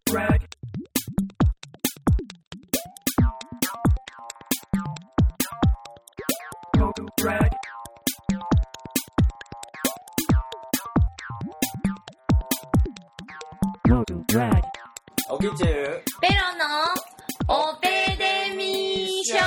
おきちゅうペロのオペデミー賞、イエ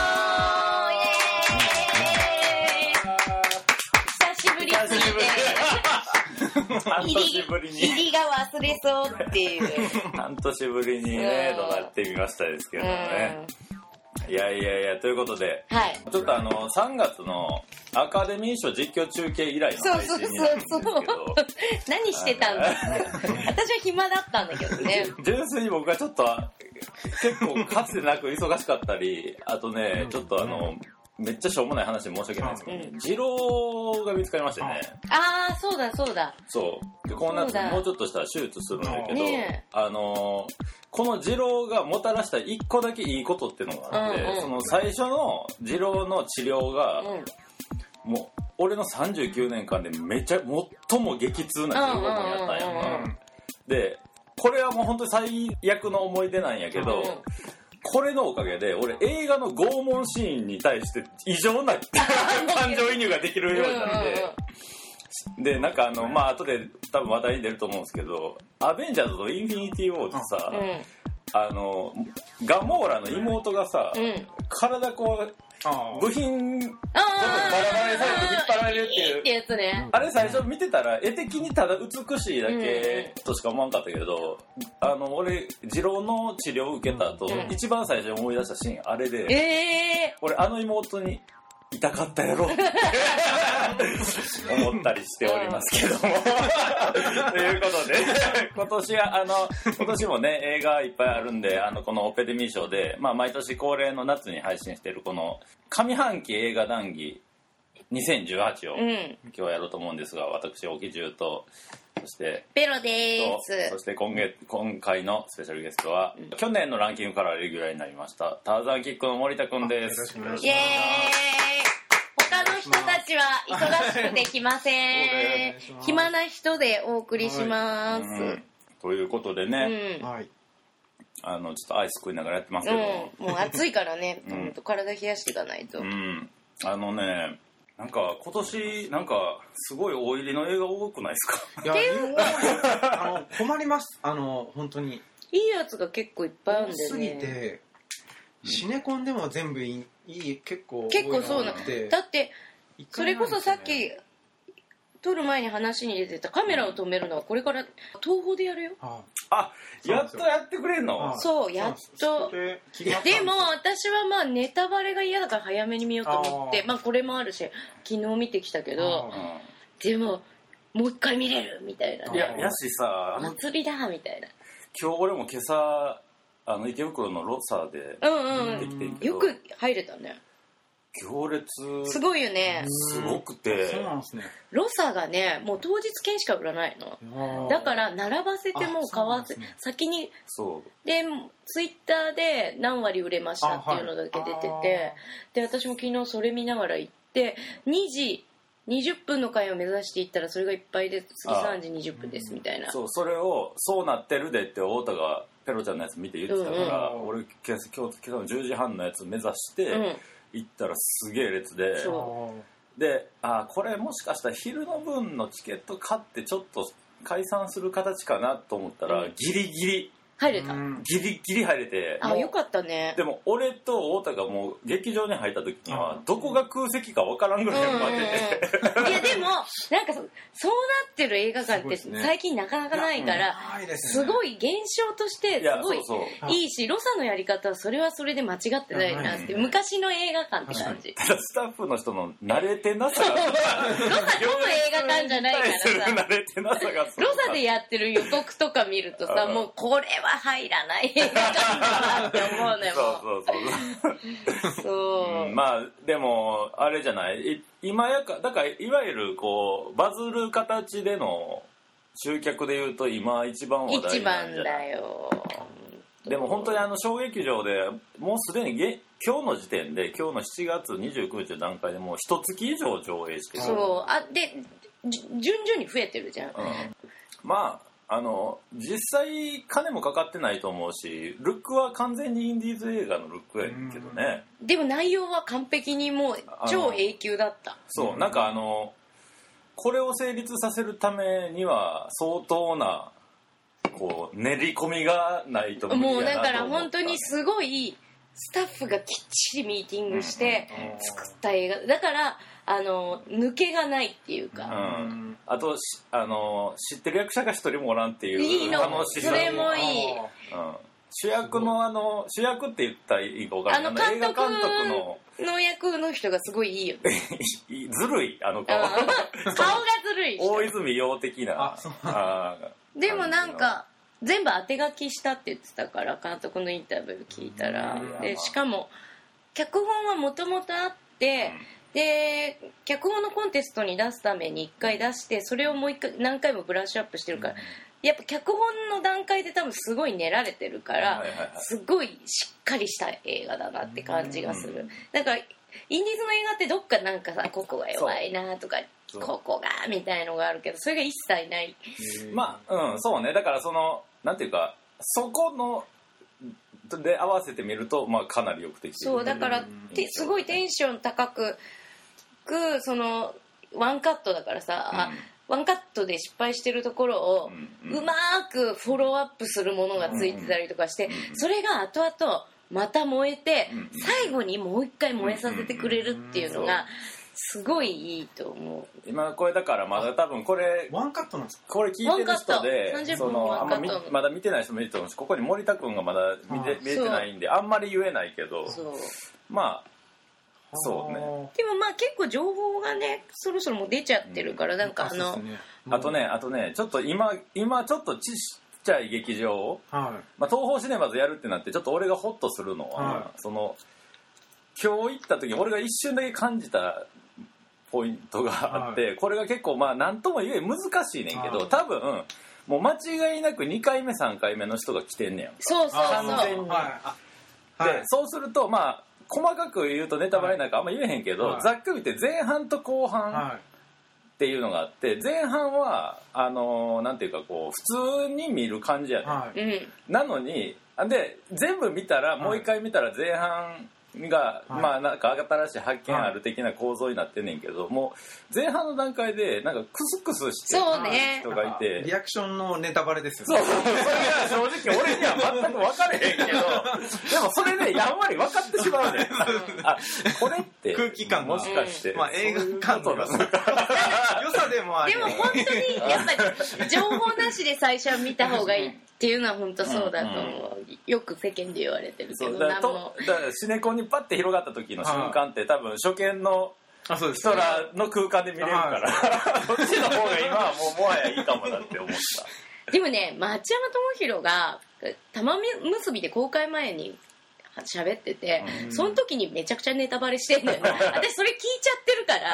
ーイ。久しぶりすぎて半年ぶりに入りが忘れそうっていう半年ぶりにねうんとなってみましたですけどね。いやということで、 はい、 ちょっと3月のアカデミー賞実況中継以来の配信になるんですけど、 何してたんだ私は暇だったんだけどね。 純粋に僕はちょっと結構かつてなく忙しかったり、あとねちょっとめっちゃしょうもない話で申し訳ないですけど、ね、二郎が見つかりましてね。 ああ、そうだそうで、この夏もうちょっとしたら手術するんだけど、 ね、 この二郎がもたらした一個だけいいことっていうのがあって、その最初の二郎の治療が、もう俺の39年間でめちゃ最も激痛な15分やったんやんか。でこれはもう本当に最悪の思い出なんやけど、これのおかげで俺映画の拷問シーンに対して異常な感情移入ができるようになって、でなんか後で多分話題に出ると思うんですけど、アベンジャーズとインフィニティウォーズさ、ガモーラの妹がさ、体こう部品バラバラにされて引っ張られるっていうやつね。 あれ最初見てたら絵的にただ美しいだけとしか思わんかったけど、俺二郎の治療を受けた後、一番最初に思い出したシーンあれで、俺妹に痛かったやろって思ったりしておりますけどもということで今年もね映画いっぱいあるんで、このオペデミー賞で、毎年恒例の夏に配信しているこの上半期映画談義2018を今日やろうと思うんですが、私沖中とそしてペロでーす。 そして今回のスペシャルゲストは、去年のランキングからレギュラーになりましたターザンキックの森田くんです。 イエーイ。他の人たちは忙しくできません。暇な人でお送りします、 ということでね、ちょっとアイス食いながらやってますけど、 もう暑いからね、体冷やしていかないと。 なんか今年なんかすごい大入りの映画多くないですか？ いや困ります。本当にいいやつが結構いっぱいあるんでね。 多すぎてシネコンでも全部いい結構そうなの。だってそれこそさっき撮る前に話に出てたカメラを止めるのはこれから東宝でやるよ。 やっとやってくれんの？ そう、やっと。でも私はネタバレが嫌だから早めに見ようと思って、これもあるし昨日見てきたけど、でももう一回見れるみたいな、ね、 やしさ祭りだみたいな。 今日俺も今朝池袋のロサで行ってきてんけど、 よく入れたね。 行列すごいよね。 すごくて、 そうなんですね。 ロサがねもう当日券しか売らないのだから並ばせてもう買わせ、先にでツイッターで何割売れましたっていうのだけ出てて、で私も昨日それ見ながら行って2時20分の回を目指して行ったらそれがいっぱいで次3時20分ですみたいな。 それをそうなってるでって太田がペロちゃんのやつ見て言ってたから、俺今朝の10時半のやつ目指して、行ったらすげえ列で、これもしかしたら昼の分のチケット買ってちょっと解散する形かなと思ったら、ギリギリ入れた。 ギリギリ入れて。 よかったね。 でも俺と太田がもう劇場に入った時にはどこが空席か分からんぐらい待ってて、 いやでもなんかそうなってる映画館って最近なかなかないからすごい現象としてすごいいいし、ロサのやり方はそれはそれで間違ってないなって、昔の映画館って感じ。 ただスタッフの人の慣れてなさが、ロサ混む映画館じゃないからさ、 慣れてなさが、 ロサでやってる予告とか見るとさ、もうこれは入らない映画館だなって思うね。 そうでもあれじゃない今だからいわゆるこうバズる形での集客でいうと今一番話題なんじゃない？ 一番だよ。 でも本当に小劇場でもうすでに今日の時点で今日の7月29日の段階でもう1月以上上映してる。 そうで順々に増えてるじゃん。 実際金もかかってないと思うし、ルックは完全にインディーズ映画のルックやねんけどね。 でも内容は完璧にもう超 A 級だった。 そう、なんかこれを成立させるためには相当なこう練り込みがないと無理やなと思った。 もうだから本当にすごいスタッフがきっちりミーティングして作った映画だから、抜けがないっていうか、 あと知ってる役者が一人もおらんっていういいの、それもいい、 主役の主役って言ったらいいか分からない。映画監督の役の人がすごいいいよねずるい、顔がずるい大泉洋的な。 でもなんか全部当て書きしたって言ってたから、監督のインタビュー聞いたら。でしかも脚本はもともとあって、で脚本のコンテストに出すために1回出して、それをもう1回何回もブラッシュアップしてるから、やっぱ脚本の段階で多分すごい練られてるから、すごいしっかりした映画だなって感じがする。だからインディーズの映画ってどっかなんかさ、ここが弱いなとかここがみたいのがあるけど、それが一切ない。 まあそうね。だからなんていうか、そこので合わせてみると、まあかなりよくできてる。 そうだからすごいテンション高くワンカットだからさ、ワンカットで失敗してるところをうまくフォローアップするものがついてたりとかして、それが後々また燃えて、最後にもう一回燃えさせてくれるっていうのがすごいいいと思う。 今これだからまだ多分これワンカットなんですか。 これ聞いてる人でまだ見てない人もいると思うし、ここに森田君がまだ見れてないんであんまり言えないけど、まあそうね。 でもまあ結構情報がねそろそろもう出ちゃってるから、なんかあとねちょっと今ちょっとちっちゃい劇場、まあ、東宝シネマズやるってなってちょっと俺がホッとするのは、今日行った時に俺が一瞬だけ感じたポイントがあって、これが結構まあ何とも言え難しいねんけど、多分もう間違いなく2回目3回目の人が来てんねやん。 そう完全に。でそうするとまあ細かく言うとネタバレなんかあんま言えへんけど、ざっくり言って前半と後半っていうのがあって、前半はなんていうかこう普通に見る感じやね、なのにで全部見たらもう一回見たら前半が、まあなんか新しい発見ある的な構造になってんねんけど、もう前半の段階でなんかクスクスしてる人がいて、 リアクションのネタバレですよね。 そうそれが正直俺には全く分かれへんけど、でもそれでやんわり分かってしまうねん。あ、これって空気感もしかして、 まあ映画感の良さでもある。 でも本当にやっぱり情報なしで最初は見た方がいいっていうのは本当そうだと思う。よく世間で言われてるけど、 だからシネコンにパッて広がった時の瞬間って多分初見の人らの空間で見れるから、そっちの方が今はもはやいいかもなって思った。 でもね、町山智博が玉結びで公開前に喋ってて、その時にめちゃくちゃネタバレしてんのよ。私それ聞いちゃってるから、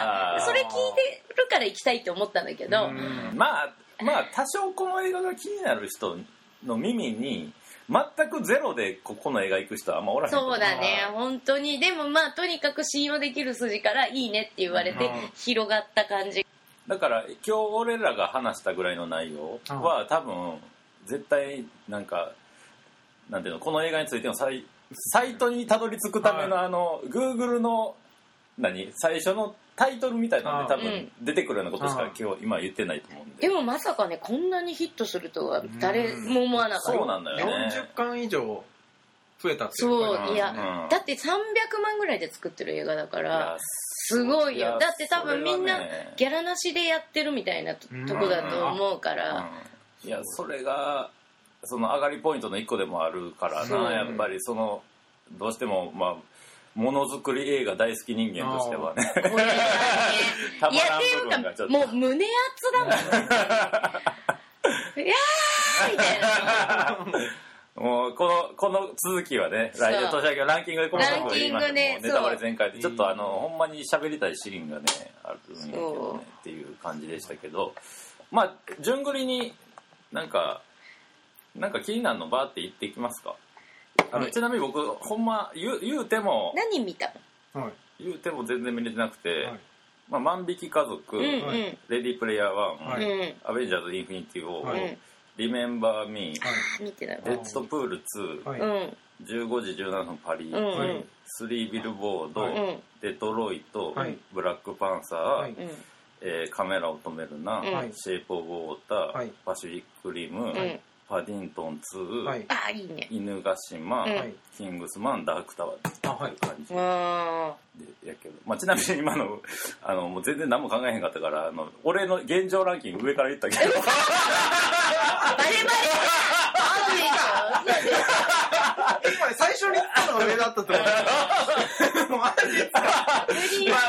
それ聞いてるから行きたいって思ったんだけど、 まあ多少この映画が気になる人の耳に全くゼロでこの映画行く人はあんまおらへん。 そうだね、本当に。でもまあとにかく信用できる筋からいいねって言われて広がった感じ。 だから今日俺らが話したぐらいの内容は多分絶対なんかなんていうの、この映画についてのサイトにたどり着くためのGoogle の最初のタイトルみたいなので多分出てくるようなことしか今日今言ってないと思うんで。 でもまさかねこんなにヒットするとは誰も思わなかった。 そうなんだよね。 40巻以上増えたっていう。 そういや、だって300万ぐらいで作ってる映画だからすごいよ。だって多分みんなギャラなしでやってるみたいなとこだと思うから、 いやそれがその上がりポイントの一個でもあるからな。やっぱりどうしてもまあものづくり映画大好き人間としてはね。 これねいやっていうかもう胸熱だもん。いやーみたいな。 もうこの続きはね、来年年明けのランキングでこの作品今ネタバレ全開でちょっとほんまに喋りたいシーンがねあるんやけどねっていう感じでしたけど、まあ順繰りになんか気になるのバーって言っていきますか。ちなみに僕ほんま言うても何見たの？言うても全然見れてなくて、万引き家族、レディープレイヤー1、アベンジャーズインフィニティをリメンバーミー、 見てないわ。 デッドプール2、15時17分パリ、スリービルボード、デトロイト、ブラックパンサー、カメラを止めるな、シェイプオブウォーター、パシフィックリム、パディントン2、 いいね、 犬ヶ島、キングスマン、ダークタワーっていう感じでやけど、ちなみに今のもう全然何も考えへんかったから俺の現状ランキング上から言ったけどバレバレ今最初に言ったのが上だったと思うマジですかまあランキング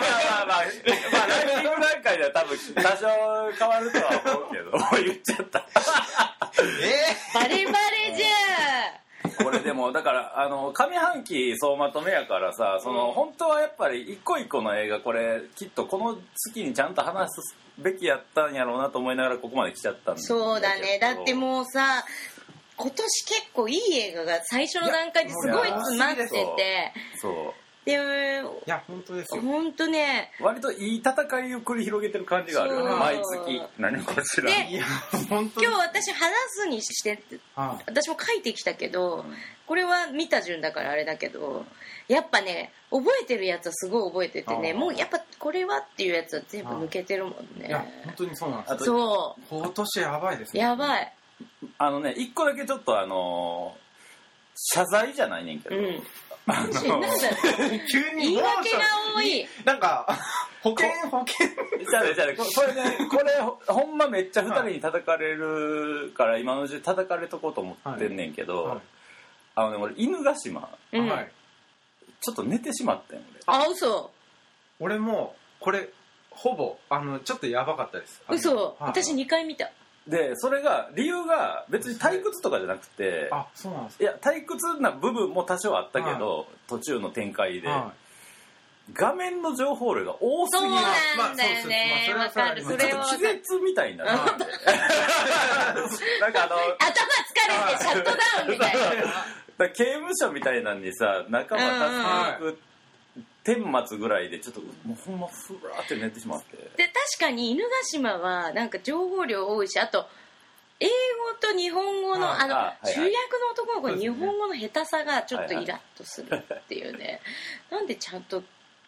段階では多分多少変わるとは思うけど言っちゃったバレバレじゃんこれでもだから上半期総まとめやからさ本当はやっぱり一個一個の映画これきっとこの月にちゃんと話すべきやったんやろうなと思いながらここまで来ちゃったんだ。 そうだね。だってもうさ今年結構いい映画が最初の段階ですごい詰まってて、 そうでいや本当ですよ。 本当ね。 割といい戦いを繰り広げてる感じがあるよね。毎月何こちら。 いや本当。今日私話すにして私も書いてきたけど、これは見た順だからあれだけど、やっぱね覚えてるやつはすごい覚えててね、もうやっぱこれはっていうやつは全部抜けてるもんね。 いや本当にそうなんです。 そう今年やばいですね。 やばい。 一個だけちょっと謝罪じゃないねんけど、 なんだ急に言い訳が多い。 なんか保険じゃあねこれほんまめっちゃ2人に叩かれるから今のうち叩かれとこうと思ってんねんけど、俺犬ヶ島、ちょっと寝てしまったよ俺。嘘。 俺もこれほぼちょっとやばかったです。 嘘。私2回見た。 でそれが理由が別に退屈とかじゃなくて、 そうなんですか。いや退屈な部分も多少あったけど、途中の展開で、画面の情報量が多すぎる。 そうなんだよね。わかる。それは気絶みたいになる。なんか頭疲れてシャットダウンみたいな。 刑務所みたいなのにさ仲間助けに行く顛末ぐらいでちょっともうほんまふらーって寝てしまって。 で確かに犬ヶ島はなんか情報量多いし、あと英語と日本語の主役の男の子の日本語の下手さがちょっとイラッとするっていうね。なんでちゃんと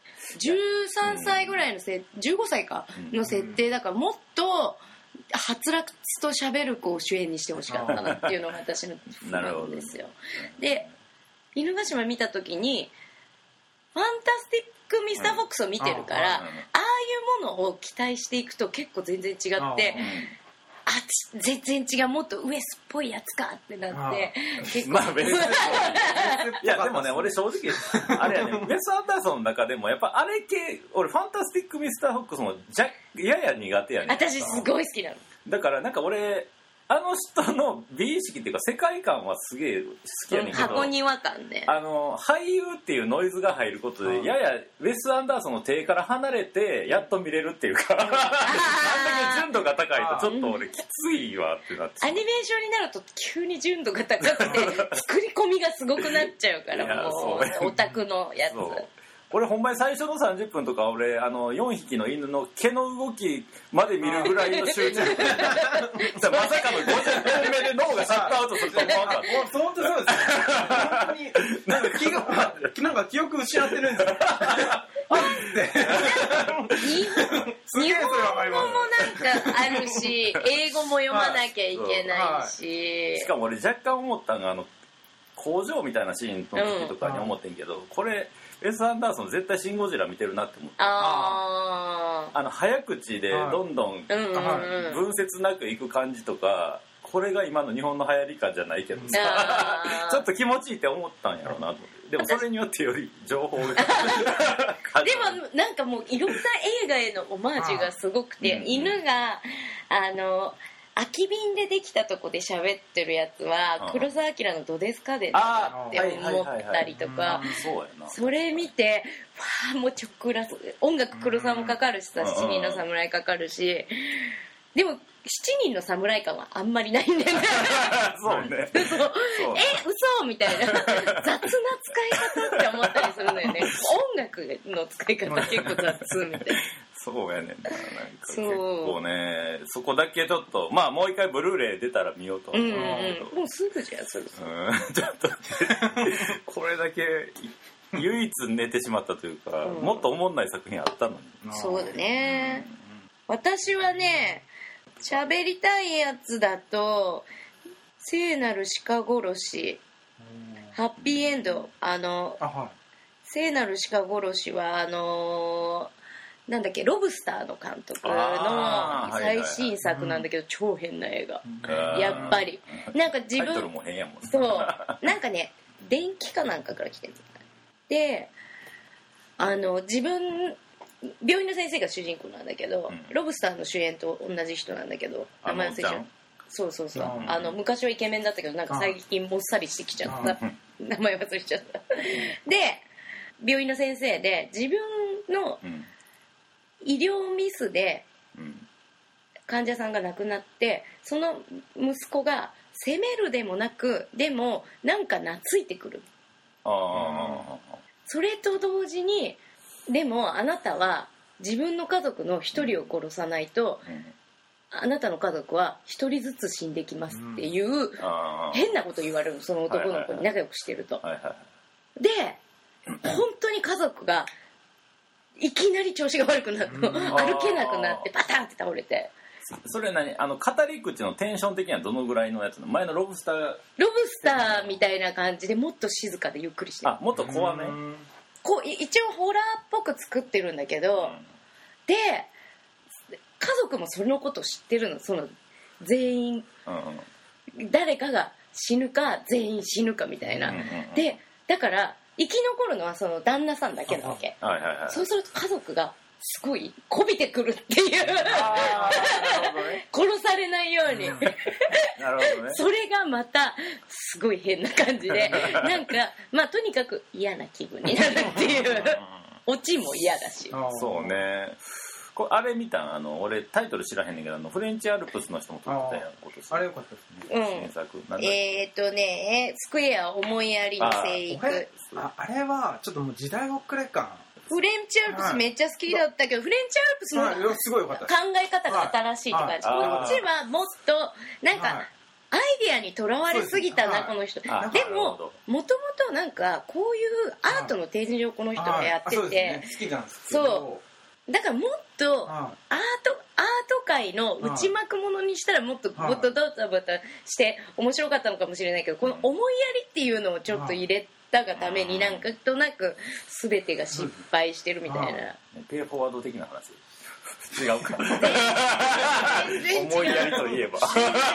13歳ぐらいの15歳かの設定だからもっとはつらつと喋る子を主演にしてほしかったなっていうのが私の不満ですよ。で犬ヶ島見た時にファンタスティック・ミスター・フォックスを見てるから、ああいうものを期待していくと結構全然違って、全然違う、もっとウエスっぽいやつかってなって結構別にいやでもね俺正直あれやねウェス・アンダーソンの中でもやっぱあれ系俺ファンタスティック・ミスター・フォックスもやや苦手やね。 私すごい好きなの。 だからなんか俺人の美意識っていうか世界観はすげえ好きやねんけど、 箱庭感ね。 俳優っていうノイズが入ることでややウェス・アンダーソンの手から離れてやっと見れるっていうかあんだけ純度が高いとちょっと俺きついわってなって、 アニメーションになると急に純度が高くて作り込みがすごくなっちゃうからもうオタクのやつ。 俺ほんまに最初の30分とか俺4匹の犬の毛の動きまで見るぐらいの集中力まさかの50分目で脳がシャットアウトすると思わなかった。 本当そうです本当になんか記憶失ってるんですよ日本語もなんかあるし英語も読まなきゃいけないし、 しかも俺若干思ったのが工場みたいなシーンの時とかに思ってんけど、これウェス・アンダーソン絶対シン・ゴジラ見てるなって思って、早口でどんどん文節なくいく感じとか、これが今の日本の流行りかじゃないけどさちょっと気持ちいいって思ったんやろうなと思って。でもそれによってより情報がでもなんかもういろんな映画へのオマージュがすごくて、犬が空き瓶でできたとこで喋ってるやつは黒澤明のどですかでって思ったりとか、それ見てわあもう音楽黒澤もかかるしさ、七人の侍かかるし、 でも7人の侍感はあんまりないんだよねそうねそう嘘みたいな雑な使い方って思ったりするんだよね。音楽の使い方結構雑みたいな。 そうやねんな。なんか結構ね、そこだけちょっとまあもう一回ブルーレイ出たら見ようと思うけど、 もうすぐじゃんそれ。 ちょっとこれだけ唯一寝てしまったというか、もっと思んない作品あったのに。 そうだね。私はね、喋りたいやつだと聖なる鹿殺し、ハッピーエンド、聖なる鹿殺しはなんだっけ、ロブスターの監督の最新作なんだけど、超変な映画、やっぱりなんか自分タイトルも変やもん。そうなんかね、電気かなんかから来てるで、自分病院の先生が主人公なんだけど、ロブスターの主演と同じ人なんだけど、名前忘れちゃう。そう、昔はイケメンだったけどなんか最近もっさりしてきちゃった、名前忘れちゃったで、病院の先生で自分の医療ミスで患者さんが亡くなって、その息子が責めるでもなく、でもなんか懐いてくる。それと同時に、でもあなたは自分の家族の一人を殺さないと、あなたの家族は一人ずつ死んできますっていう変なこと言われるの、その男の子に仲良くしてると。で本当に家族がいきなり調子が悪くなって、歩けなくなってパタンって倒れて。 それ何、語り口のテンション的にはどのぐらいのやつの？前のロブスターみたいな感じで、もっと静かでゆっくりしてる。 もっと怖め。 一応ホラーっぽく作ってるんだけど、で家族もそのこと知ってるの。その全員、誰かが死ぬか全員死ぬかみたいな、でだから生き残るのはその旦那さんだけなわけ。そうすると家族がすごいこびてくるっていう殺されないようになるほど、ね、それがまたすごい変な感じでなんかまあとにかく嫌な気分になるっていうオチも嫌だし。 そうね。あれ見たん？俺タイトル知らへんねんけど、フレンチアルプスの人も撮ってたやん、今年。 あれよかったですね。 新作。 スクエア思いやりの生育。 あれはちょっともう時代遅れ感。 フレンチアルプスめっちゃ好きだったけど、フレンチアルプスのすごい良かった。 考え方が新しいとか、こっちはもっとなんかアイデアにとらわれすぎたな、この人。でももともとなんかこういうアートの展示をこの人がやってて、 好きなんですけど、そうだからもっとアート界の内幕ものにしたらもっとドタバタして面白かったのかもしれないけど、この思いやりっていうのをちょっと入れたがためになんかとなく全てが失敗してるみたいな。 ペイフォワード的な話違うか思いやりといえば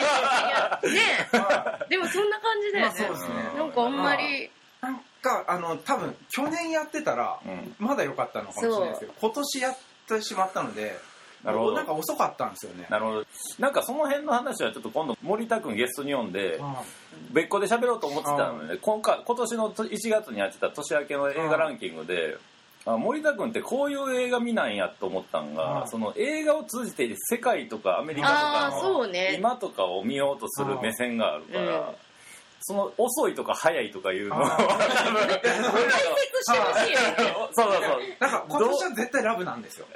ね。でもそんな感じだよね。 そうですね。 なんかあんまりなんか多分去年やってたらまだ良かったのかもしれないですけど、今年やってしまったので、なんか遅かったんですよね。 なるほど。なんかその辺の話はちょっと今度森田君ゲストに呼んで別個で喋ろうと思ってたので、今年の1月にやってた年明けの映画ランキングで、森田君ってこういう映画見ないんやと思ったんが、その映画を通じて世界とかアメリカとかの今とかを見ようとする目線があるから、その遅いとか早いとかいうのを解説してほしいよね。 そうなんか今年は絶対ラブなんですよ。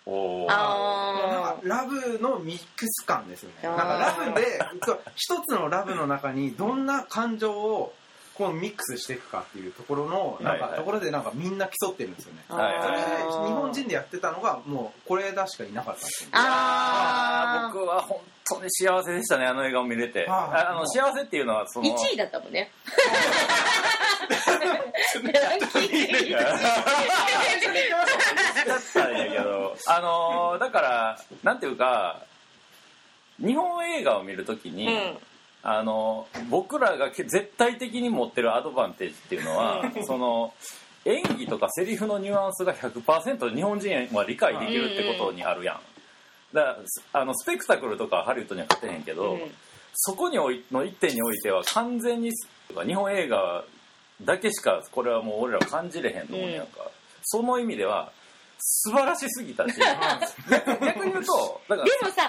なんかラブのミックス感ですよね。なんかラブで一つのラブの中にどんな感情をこうミックスしていくかっていうところのなんかところでなんかみんな競ってるんですよね。それ日本人でやってたのがもう是枝しかいなかったんですよ。 僕は本当に幸せでしたね、あの映画を見れて。幸せっていうのはその 1位だったもんね。 だったんやけど、だからなんていうか、日本映画を見るときに、僕らが絶対的に持ってるアドバンテージっていうのはその演技とかセリフのニュアンスが 100% 日本人は理解できるってことにあるやん。だからスペクタクルとかハリウッドには勝てへんけど、そこの一点においては完全に日本映画だけしかこれはもう俺らは感じれへんと思うやんか。その意味では素晴らしすぎたし逆に言うとだからでもさ、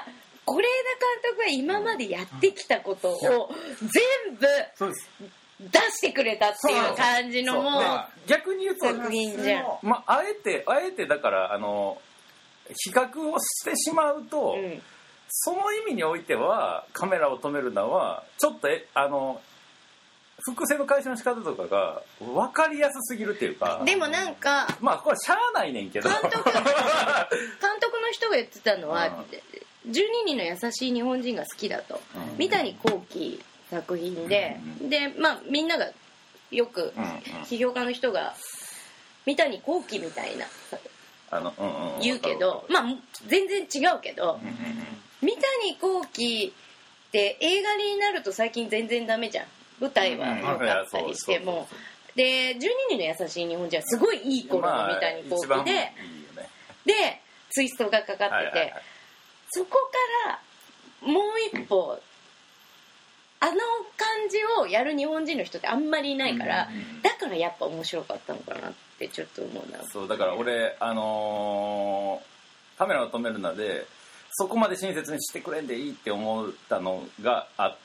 是枝監督が今までやってきたことを全部出してくれたっていう感じのもう逆に言うと作品じゃん。 あえてだから比較をしてしまうと、その意味においてはカメラを止めるのはちょっと伏線の回収の仕方とかが分かりやすすぎるっていうか。 でもなんかこれしゃあないねんけど監督の人が言ってたのは、12人の優しい日本人が好きだと、三谷幸喜作品で、でみんながよく批評家の人が三谷幸喜みたいな言うけど、全然違うけど、三谷幸喜って映画になると最近全然ダメじゃん。舞台は良かったりしても、で12人の優しい日本人はすごいいい頃の三谷幸喜で、でツイストがかかってて、そこからもう一歩あの感じをやる日本人の人ってあんまりいないから、だからやっぱ面白かったのかなってちょっと思うな。 そうだから俺カメラを止めるのでそこまで親切にしてくれんでいいって思ったのがあって、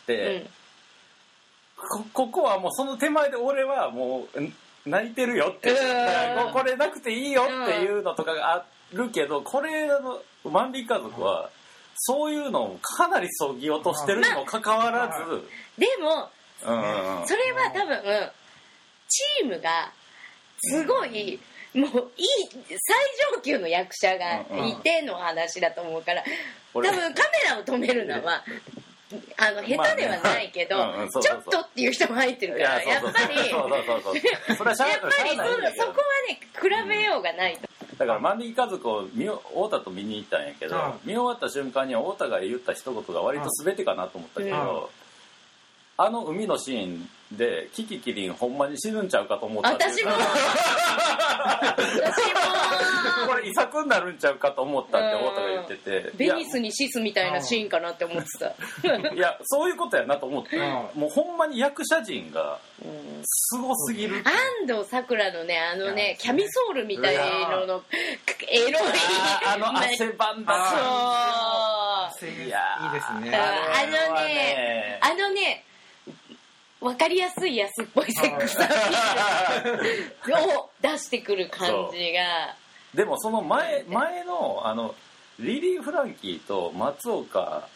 ここはもうその手前で俺はもう泣いてるよって、これなくていいよっていうのとかがあるけど、これの万引き家族はそういうのをかなりそぎ落としてるにもかかわらず、 でも、それは多分チームがすごいもういい最上級の役者がいての話だと思うから、多分カメラを止めるのは下手ではないけど、ちょっとっていう人も入ってるから、やっぱりそこはね比べようがないと。 だから万引き家族を太田と見に行ったんやけど、見終わった瞬間に太田が言った一言が割と全てかなと思ったけど、海のシーンでキキキリンほんまに死ぬんちゃうかと思った。 私もこれ遺作になるんちゃうかと思ったって太田が言ってて、 ベニスにシスみたいなシーンかなって思ってた。 いやそういうことやなと思って、もうほんまに役者陣がすごすぎる。 安藤サクラのねキャミソールみたいののエロい汗ばんだそういやいいですね。 分かりやすい安っぽいセックスアピールを出してくる感じが。 でもその前のリリー・フランキーと松岡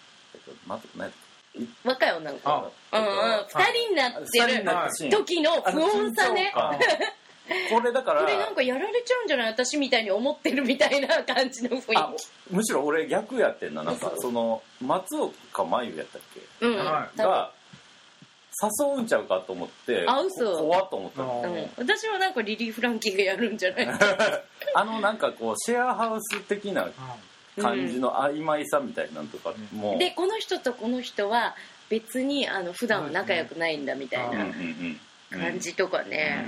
若い女の子2人になってる時の不穏さね。 これだからこれなんかやられちゃうんじゃない私みたいに思ってるみたいな感じの雰囲気。 むしろ俺逆やってんな。なんかその松岡真優やったっけ、が誘うんちゃうかと思って怖っと思ったの、 私はなんかリリー・フランキーがやるんじゃないなんかこうシェアハウス的な感じの曖昧さみたいなのとかも、 でこの人とこの人は別に普段は仲良くないんだみたいな感じとかね、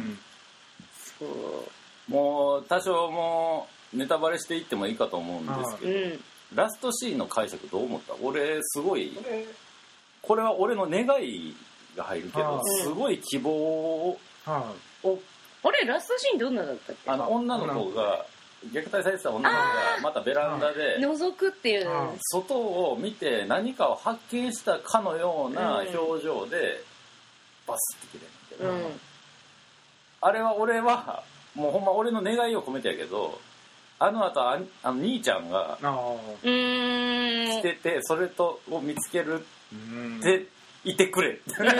そうもう多少もうネタバレしていってもいいかと思うんですけど、ラストシーンの解釈どう思った？俺すごいこれは俺の願いが入るけど、すごい希望をあれラストシーンどんなだったっけ？ 女の子が虐待されてた女の子がまたベランダで覗くっていう外を見て何かを発見したかのような表情でバスって切れるんだけど、あれは俺はもうほんま俺の願いを込めてやけど、あの後兄ちゃんが来ててそれとを見つけるっていてくれ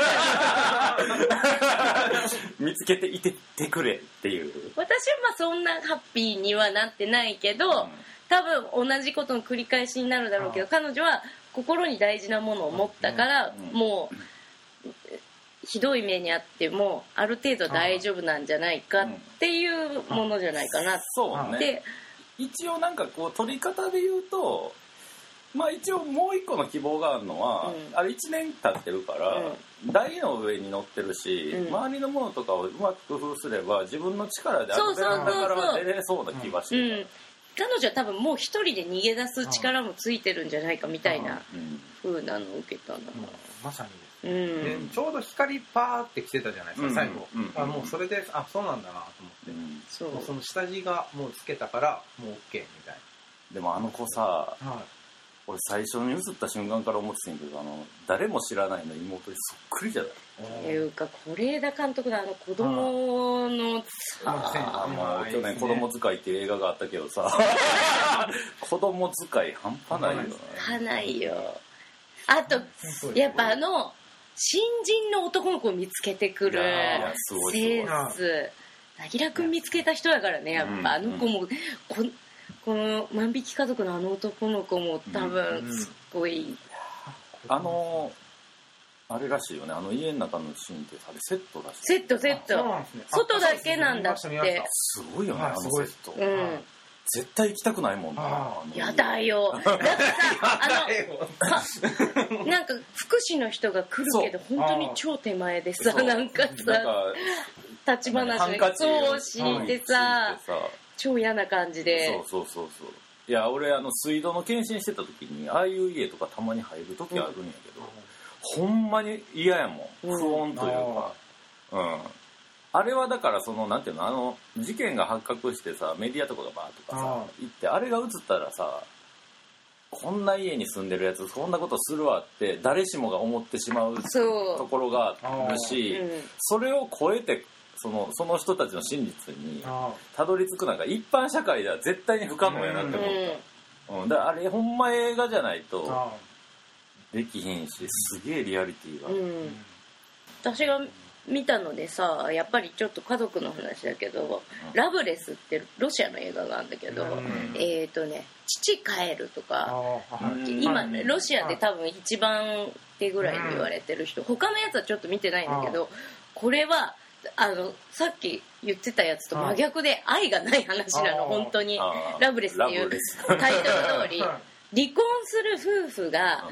見つけていてくれっていう。 私はそんなハッピーにはなってないけど、多分同じことの繰り返しになるだろうけど、彼女は心に大事なものを持ったから、もうひどい目にあってもある程度大丈夫なんじゃないかっていうものじゃないかなって。 そうね。一応なんかこう取り方で言うと、一応もう一個の希望があるのは、あれ1年経ってるから、台の上に乗ってるし、周りのものとかをうまく工夫すれば自分の力でベランダから出れそうな気がして、 彼女は多分もう一人で逃げ出す力もついてるんじゃないかみたいな風なのを受けたんだ。 まさにでちょうど光パーって来てたじゃないですか、最後。もうそれでそうなんだなと思って、その下地がもうつけたからもう OK みたいな。 でもあの子さ、 俺最初に映った瞬間から思ってたんやけど誰も知らないの妹にそっくりじゃないっていうか是枝監督の子供のさ、去年子供使いっていう映画があったけどさ子供使い半端ないよね。 半端ないよ。あとやっぱ新人の男の子を見つけてくるセンス、凪良君見つけた人だからね、やっぱ子もこの万引き家族の男の子も多分すっごい、 あれらしいよね、家の中のシーンってセットだし、 セット外だけなんだって。 すごいよね、セット。絶対行きたくないもんな。 やだよ。だってさなんか福祉の人が来るけど本当に超手前でさ、なんかさ立ち話でそう敷いてさ超嫌な感じで。 そういや俺水道の検診してた時にああいう家とかたまに入る時あるんやけど、ほんまに嫌やもん、不穏というか。あれはだからなんていうの、事件が発覚してさ、メディアとかがバーとかさ行って、あれが映ったらさ、こんな家に住んでるやつそんなことするわって誰しもが思ってしまうところがあるし、それを超えてその人たちの真実にたどり着くなんか一般社会では絶対に不可能やなって思った。だからあれほんま映画じゃないとできひんし、すげえリアリティが、 私が見たのでさ、やっぱりちょっと家族の話だけど、ラブレスってロシアの映画があるんだけど、父帰るとか、今ロシアで多分一番手ぐらいに言われてる人、他のやつはちょっと見てないんだけど、これはさっき言ってたやつと真逆で愛がない話なの、本当に。ラブレスっていうタイトル通り、離婚する夫婦が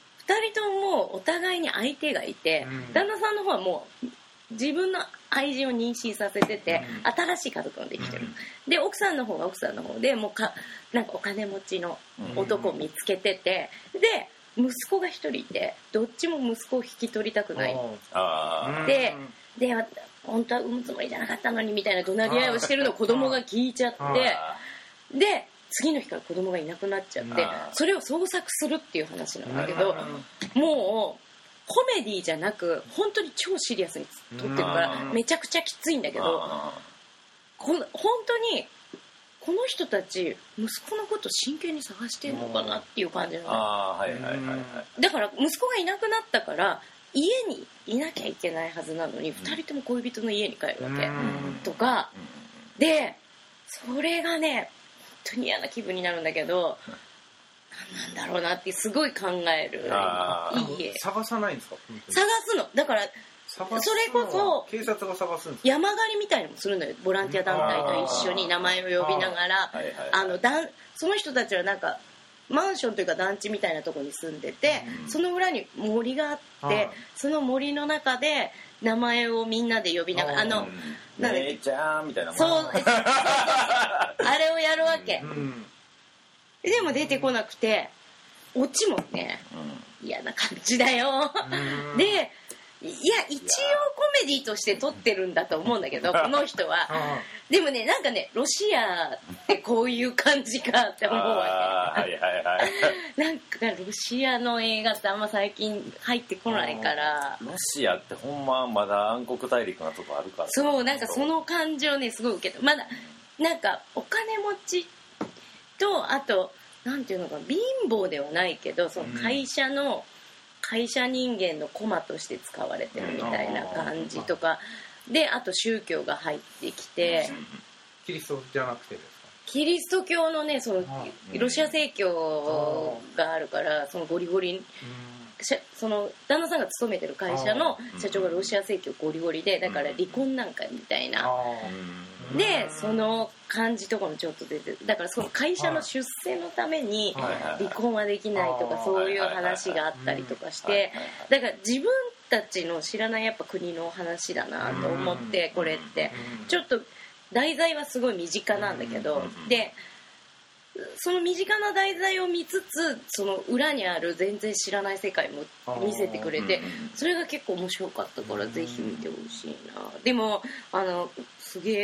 2人ともお互いに相手がいて、旦那さんの方はもう自分の愛人を妊娠させてて、新しい家族ができてる。で奥さんの方が奥さんの方でもうなんかお金持ちの男を見つけてて、で息子が1人いて、どっちも息子を引き取りたくない。で本当は産むつもりじゃなかったのにみたいな怒鳴り合いをしてるのを子供が聞いちゃって、で次の日から子供がいなくなっちゃって、それを捜索するっていう話なんだけど、もうコメディじゃなく本当に超シリアスに撮ってるからめちゃくちゃきついんだけど、本当にこの人たち息子のこと真剣に探してるのかなっていう感じなの。だから息子がいなくなったから家にいなきゃいけないはずなのに2人とも恋人の家に帰るわけとかで、それがね本当に嫌な気分になるんだけど、何なんだろうなってすごい考える。いい家探さないんですか？ 探すのだから、それこそ警察が探すんですか？ 山狩りみたいなのもするのよ、ボランティア団体と一緒に名前を呼びながら。その人たちはなんかマンションというか団地みたいなところに住んでて、その裏に森があって、その森の中で名前をみんなで呼びながら、なんだっけ、 姉ちゃんみたいな、 そうあれをやるわけ、でも出てこなくて、オチもね、嫌な感じだよで、いや一応コメディとして撮ってるんだと思うんだけどこの人はでもね、なんかね、ロシアってこういう感じかって思うわけなんかロシアの映画ってあんま最近入ってこないから。 ロシアってほんままだ暗黒大陸なとこあるから、 そう、なんかその感情ねすごい受けた。まだなんかお金持ちと、あとなんていうのか、貧乏ではないけどその会社人間の駒として使われてるみたいな感じとかで、あと宗教が入ってきて、 キリストじゃなくてですか？ キリスト教のね、そのロシア正教があるから、そのゴリゴリ、その旦那さんが勤めてる会社の社長がロシア正教ゴリゴリで、だから離婚なんかみたいなで、その感じとかもちょっと出てる。だからその会社の出世のために離婚はできないとか、そういう話があったりとかして、だから自分たちの知らないやっぱ国の話だなと思って、これってちょっと題材はすごい身近なんだけど、でその身近な題材を見つつ、その裏にある全然知らない世界も見せてくれて、それが結構面白かったからぜひ見てほしいな。でもすげえ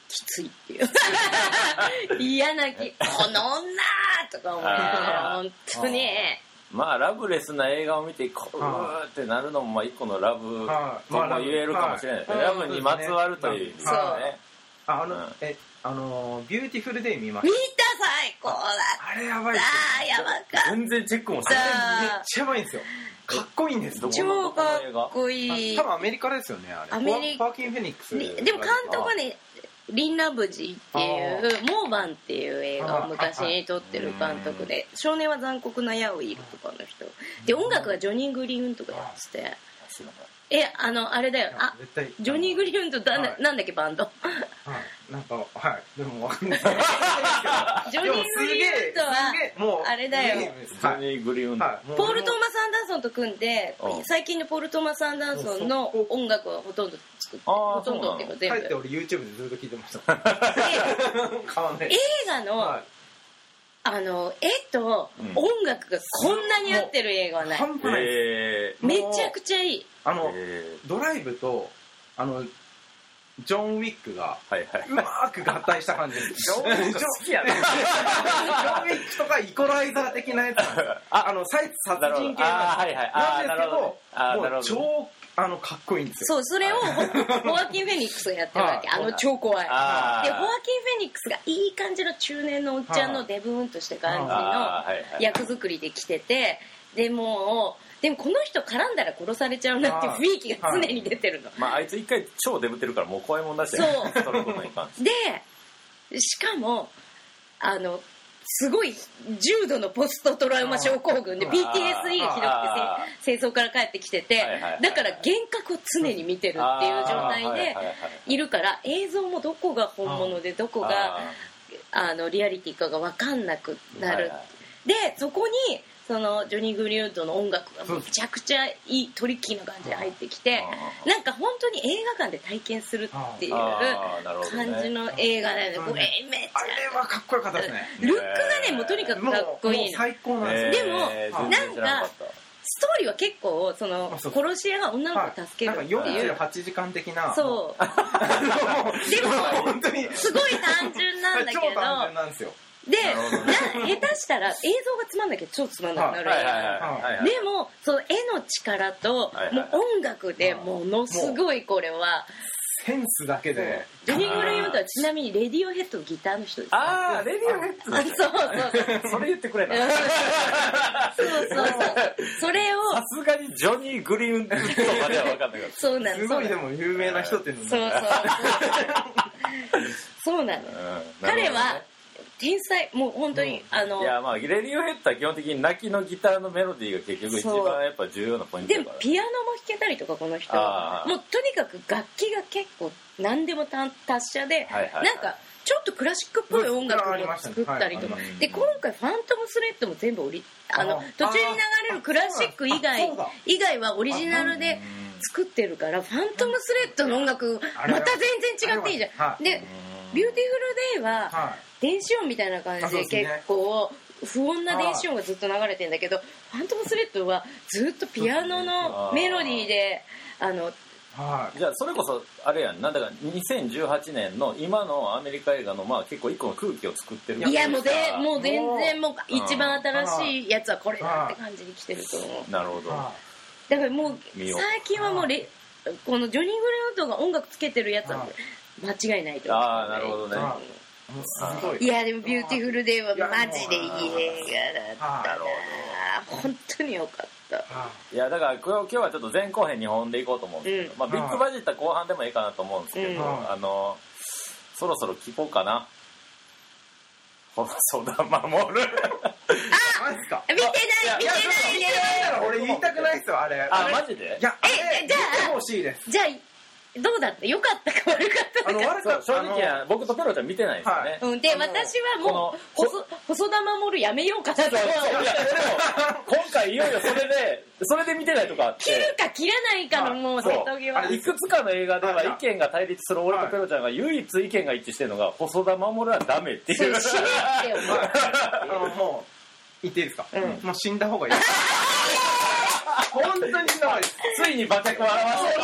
きついっていう嫌なこの女とか思いながら本当にまあラブレスな映画を見てうーってなるのもまあ一個のラブとも言えるかもしれないですね。ラブにまつわるという意味ですね。 ビューティフルデイ見ました。 見た最高だった。 あれやばいですよ。 やばかった。 全然チェックもしてない。 めっちゃやばいんですよ。かっこいいんです。 超かっこいい。 多分アメリカですよねあれ。パーキン・フェニックス。 でも監督はねリン・ラブジーっていうモーバンっていう映画を昔に撮ってる監督で少年は残酷な矢を射るとかの人で音楽がジョニー・グリーンとかやっててあれだよジョニー・グリーンとなんだっけバンドなんかでも分かんないジョニー・グリーンとはあれだよジョニー・グリーンポール・トーマス・アンダーソンと組んで最近のポール・トーマス・アンダーソンの音楽はほとんど作ってほとんどっていうか全部帰って俺 YouTube でずっと聞いてました映画の絵と音楽がこんなに合ってる映画はない。 半端ないです。 めちゃくちゃいい。 ドライブとジョン・ウィックがうまく合体した感じです。 ジョン・ウィック好きやね。 ジョン・ウィックとかイコライザー的なやつなんですよ。殺人系なんですけど、もう超かっこいいんですよ。 そう、それをホアキン・フェニックスがやってるわけ。超怖い。で、ホアキン・フェニックスがいい感じの中年のおっちゃんのデブーンとした感じの役作りで来てて、でもこの人絡んだら殺されちゃうなっていう雰囲気が常に出てるの。 まああいつ一回超デブってるからもう怖いもんだし。 そう。で、しかもすごい重度のポストトラウマ症候群で PTSD がひどくて戦争から帰ってきててだから幻覚を常に見てるっていう状態でいるから映像もどこが本物でどこがリアリティかが分かんなくなる。でそこにそのジョニー・グリーンウッドの音楽がめちゃくちゃいいトリッキーな感じで入ってきてなんか本当に映画館で体験するっていう感じの映画だよね。これめっちゃあれはかっこよかったですね。 ルックがねもうとにかくかっこいいの。 最高なんですよ。 でもなんかストーリーは結構その殺し屋が女の子を助けるっていう、 なんか48時間的なそうでも本当にすごい単純なんだけど超単純なんですよ。 で下手したら映像がつまんなきゃ超つまんなくなるでもその絵の力ともう音楽でものすごいこれはセンスだけでジョニー・グリーンウッドはちなみにレディオヘッドのギターの人です。 ああレディオヘッドそうそれ言ってくれたそうそれをさすがにジョニー・グリーンウッドまでは分かんないからそうなんです。すごいでも有名な人っていうのそうなの彼は天才もう本当にいやまあレディオヘッドは基本的に泣きのギターのメロディーが結局一番やっぱ重要なポイントだから。 でもピアノも弾けたりとかこの人もうとにかく楽器が結構何でも達者でなんかちょっとクラシックっぽい音楽も作ったりとかで今回ファントムスレッドも全部途中に流れるクラシック以外はオリジナルで作ってるからファントムスレッドの音楽また全然違っていいじゃん。でビューティフルデイは電子音みたいな感じで結構不穏な電子音がずっと流れてるんだけどファントムスレッドはずっとピアノのメロディーでじゃあそれこそあれやんなんだか2018年の今のアメリカ映画のまあ結構一個の空気を作ってる。 いやもう全然もう一番新しいやつはこれだって感じに来てると思う。 なるほど。 だからもう最近はもうこのジョニー・グリーンウッドが音楽つけてるやつは間違いないと思う。 ああなるほどね。 すごい。 いやでもビューティフルデイはマジでいい映画だったな。本当に良かった。 いやだから今日はちょっと前後編2本でいこうと思うんですけど、まあビッグバジェットは後半でもいいかなと思うんですけど、そろそろ聞こうかな。細田守。 マジか。 見てない俺言いたくないっすよあれ。 マジで？ いやじゃあ欲しいです。 じゃあどうだった良かったか悪かったか正直僕とペロちゃん見てないですよね。 で私はもう細田守やめようかなと思って。 今回いよいよそれで見てないとかあって切るか切らないかのもう瀬戸際。 いくつかの映画では意見が対立する俺とペロちゃんが唯一意見が一致してるのが細田守はダメっていう。 死ねって思う。 もう言っていいですか？もう死んだ方がいい。本当に死んだ方がいい。 ついに馬脚を表した。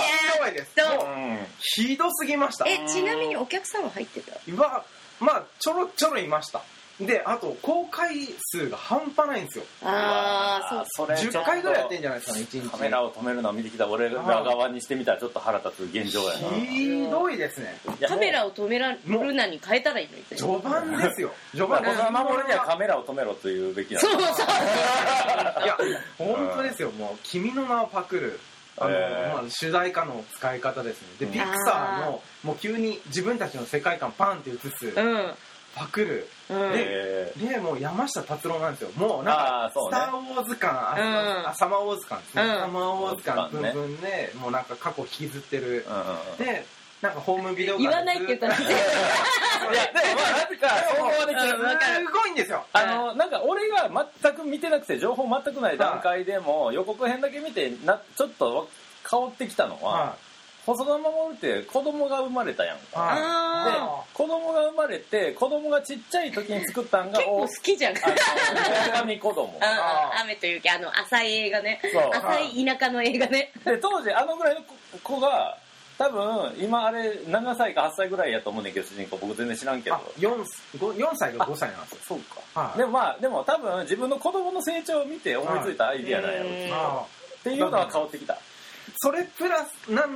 ばいです。ひどすぎました。 ちなみにお客さんは入ってた？ まあちょろちょろいました。で、あと公開数が半端ないんですよ。 そう。 10回ぐらいやってんじゃないですかね、1日。 カメラを止めるのを見てきた俺ら側にしてみたらちょっと腹立つ現状やな。 ひどいですね。 カメラを止めるなに変えたらいいのに。 序盤ですよ。序盤。 小沢守にはカメラを止めろというべきだ。 そう。いや、本当ですよ。もう君の名をパクる。主題歌の使い方ですね。で、ピクサーのもう急に自分たちの世界観パンって映す。パクる、でもう山下達郎なんですよ。もうなんかスター・ウォーズ感、サマー・ウォーズ感ですね。サマー・ウォーズ感ブンブンで、もうなんか過去引きずってる。で、なんかホームビデオ言わないって言ったら。いや、でもなぜか想像はできる。 すごいんですよ。 なんか俺が全く見てなくて、情報全くない段階でも、予告編だけ見て、ちょっと香ってきたのは、細田守って子供が生まれたやんか。で、子供が生まれて、子供がちっちゃい時に作ったんが、 結構好きじゃん。 狼子供。 雨というか、浅い映画ね。浅い田舎の映画ね。 で、当時あのぐらいの子が、多分、今あれ、7歳か8歳ぐらいやと思うねんけど、主人公僕全然知らんけど。 4歳か5歳なんですよ。 そうか。でも多分自分の子供の成長を見て思いついたアイディアなんやろ。っていうのは変わってきた。 それプラ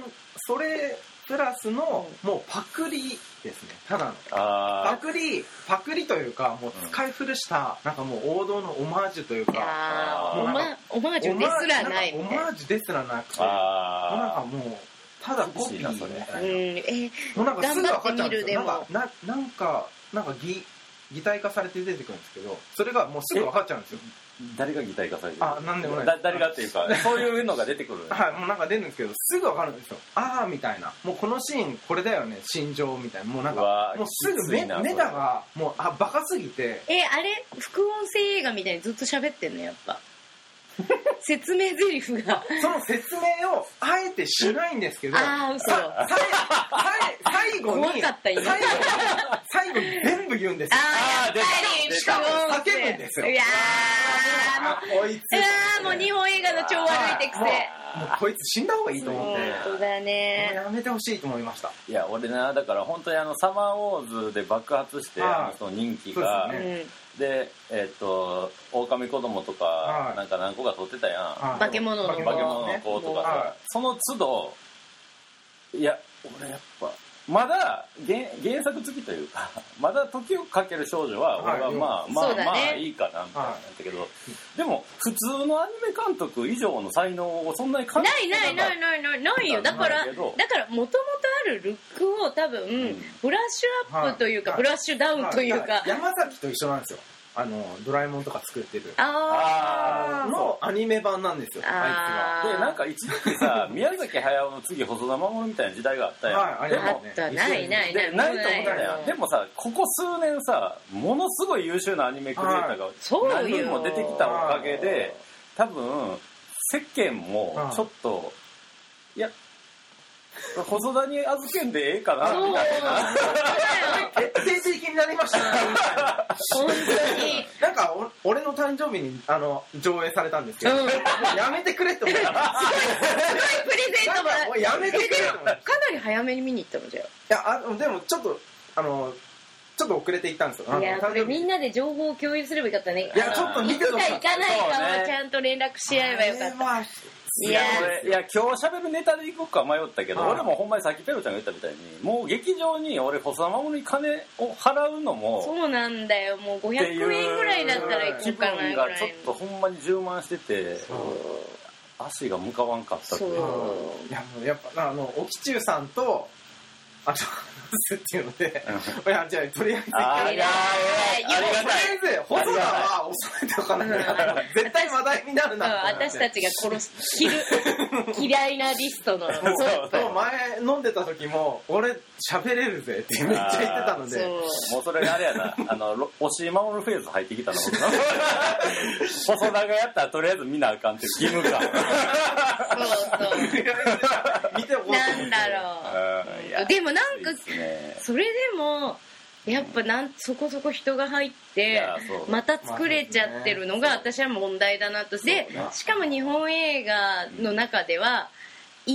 スのもうパクリですね。ただのパクリというか、もう使い古したなんかもう王道のオマージュというか、 オマージュですらないみたいな。 オマージュですらなくて、もうなんかもうただコピーみたいな。もうなんかすぐ分かっちゃうんですよ。なんか擬態化されて出てくるんですけど、それがもうすぐ分かっちゃうんですよ。 誰が擬態化されてる？ なんでもない。 誰がっていうか、そういうのが出てくる。 はい、もうなんか出るんですけど、すぐ分かるんですよ。みたいな。もうこのシーン、これだよね、心情みたいな。もうなんか、もうすぐメタが、もう、バカすぎて。 あれ、副音声映画みたいにずっと喋ってんの、やっぱ。説明台詞が。 その説明を、あえてしないんですけど、 嘘。 最後に、最後に全部言うんですよ。しかも叫ぶんですよ。 もう日本映画の超悪い手癖。 もうこいつ死んだ方がいいと思って。 本当だね。 やめてほしいと思いました。 いや、俺な、だから本当にサマーウォーズで爆発して、その人気が、で、狼子供とか、なんか何個か撮ってたやん。 化け物の子とかさ、その都度、いや、俺やっぱ、まだ原作付きというか、まだ時をかける少女は俺はまあいいかなみたいなんだけど、でも普通のアニメ監督以上の才能をそんなに感じてないよ。だからもともとあるルックを多分ブラッシュアップというかブラッシュダウンというか、 山崎と一緒なんですよ。ドラえもんとか作ってるのアニメ版なんですよ、あいつが。で、なんか一時期さ、宮崎駿の次細田守みたいな時代があったやん。 でもないと思ったやん。でもさ、ここ数年さ、ものすごい優秀なアニメクリエイターが何人も出てきたおかげで、多分世間もちょっと、いや、細田に預けんでええかなみたいな。 徹底的になりましたね。 本当に。 なんか俺の誕生日に上映されたんですけど、やめてくれって思った。すごいプレゼントも。 やめてくれって思った。 かなり早めに見に行ったのじゃ。 いや、でもちょっと遅れて行ったんですよ。 いや、これみんなで情報を共有すればよかったね。 いや、ちょっと見てほしい。 行かないかもちゃんと連絡し合えばよかった。 いや今日喋るネタで行こうか迷ったけど、俺もほんまにさっきペロちゃんが言ったみたいに、もう劇場に俺細田守に金を払うのもそうなんだよ。もう500円ぐらいだったら行こうかなぐらいの。気分がちょっとほんまに充満してて、足が向かわんかったっていう。 いや、やっぱ沖中さんとっていうので、じゃあとりあえず細田は抑えておかないと絶対話題になるな。 私たちが嫌いなリストの。 前飲んでた時も俺喋れるぜってめっちゃ言ってたので、 もうそれがあれやな、押井守フェーズ入ってきたの。細田がやったらとりあえず見なあかんっていう義務感。 そう見てほしい。 なんだろう。でもなんかそれでもやっぱそこそこ人が入ってまた作れちゃってるのが私は問題だなと。でしかも日本映画の中ではいいっ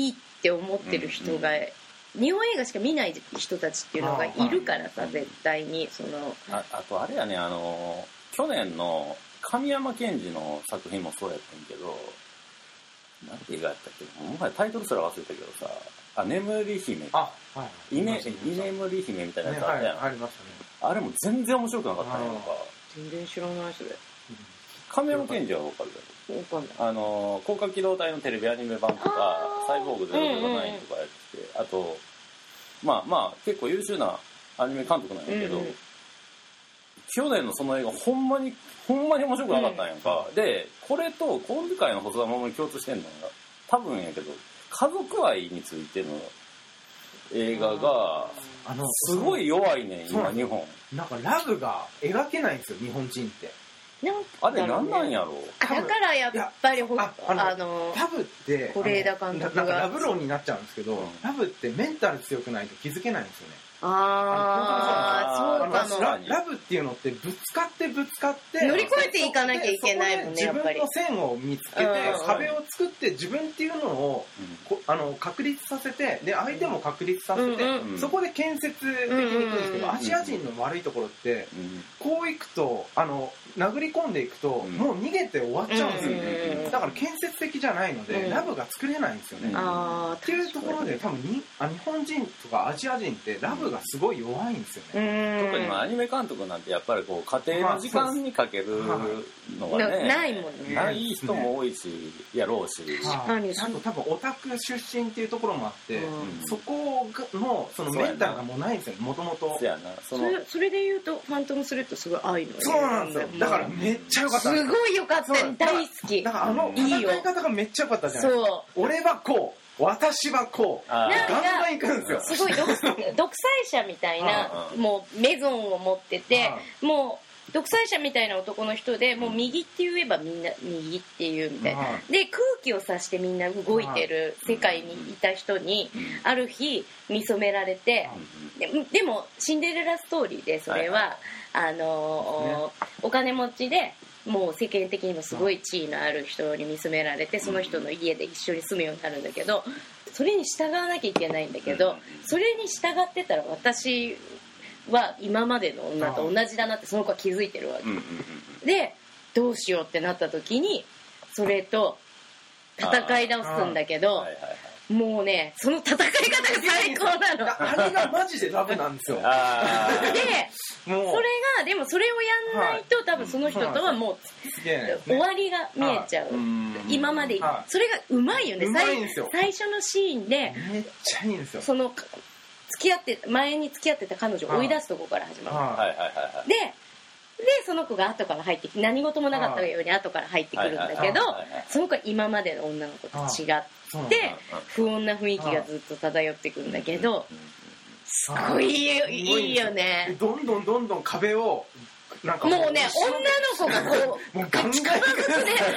って思ってる人が、日本映画しか見ない人たちっていうのがいるからさ、絶対にあとあれやね、去年の神山健二の作品もそうやったんけど、何て映画やったっけ、もはやタイトルすら忘れたけどさ、眠り姫、居眠り姫みたいなやつあったやん、 ありましたね。 あれも全然面白くなかったんやんか。 全然知らないそれ。 神山健二は分かるよ。分かんない。 広角機動隊のテレビアニメ版とか、サイボーグ009とかやってて、あとまあ結構優秀なアニメ監督なんやけど、去年のその映画ほんまに面白くなかったんやんか。でこれと今回の細田守に共通してんのが多分やけど、家族愛についての映画がすごい弱いねん今日本。 なんかラブが描けないんですよ日本人って。 あれなんなんやろう。 だからやっぱりラブって是枝監督がラブ論になっちゃうんですけど、ラブってメンタル強くないと気づけないんですよね。 そうかも。 ラブっていうのってぶつかって乗り越えていかなきゃいけないもんね。 自分の線を見つけて壁を作って自分っていうのを確立させて、で相手も確立させて、そこで建設的にいくんですけど、アジア人の悪いところってこういくと殴り込んでいくともう逃げて終わっちゃうんですよね。だから建設的じゃないのでラブが作れないんですよね。っていうところで多分日本人とかアジア人ってラブがすごい弱いんですよね。 特にアニメ監督なんてやっぱりこう家庭の時間にかけるのがね、 ないもんね。 ない人も多いし、やろうし、 あと多分オタク出身っていうところもあって、そこのそのメンタルがもうないんですよもともと。 それで言うとファントムスレッドすごい愛の。 そうなんですよ。だからめっちゃ良かった。 すごい良かった。大好き。 だから戦い方がめっちゃ良かったじゃないですか。俺はこう。私はこうガンガン行くんですよ。 すごい独裁者みたいなもうメゾンを持ってて、もう独裁者みたいな男の人で、もう右って言えばみんな右っていうみたいなで、空気を察してみんな動いてる世界にいた人にある日見初められて、でもシンデレラストーリーで、それはお金持ちでもう世間的にもすごい地位のある人に見つめられて、その人の家で一緒に住むようになるんだけど、それに従わなきゃいけないんだけど、それに従ってたら私は今までの女と同じだなってその子は気づいてるわけで、どうしようってなった時にそれと戦い直すんだけど、もうね、その戦い方が最高なの。 あれがマジでラブなんですよ。で、 それがでもそれをやんないと、多分その人とはもう終わりが見えちゃう。今までそれがうまいよね。最初のシーンでめっちゃいいんですよ。 その前に付き合ってた彼女を追い出すとこから始まる。でその子が後から入ってきて、何事もなかったように後から入ってくるんだけど、その子は今までの女の子と違って不穏な雰囲気がずっと漂ってくるんだけど、すごいいいよね。 どんどん壁をなんかもうね、女の子がこうもうガンガン力ずくで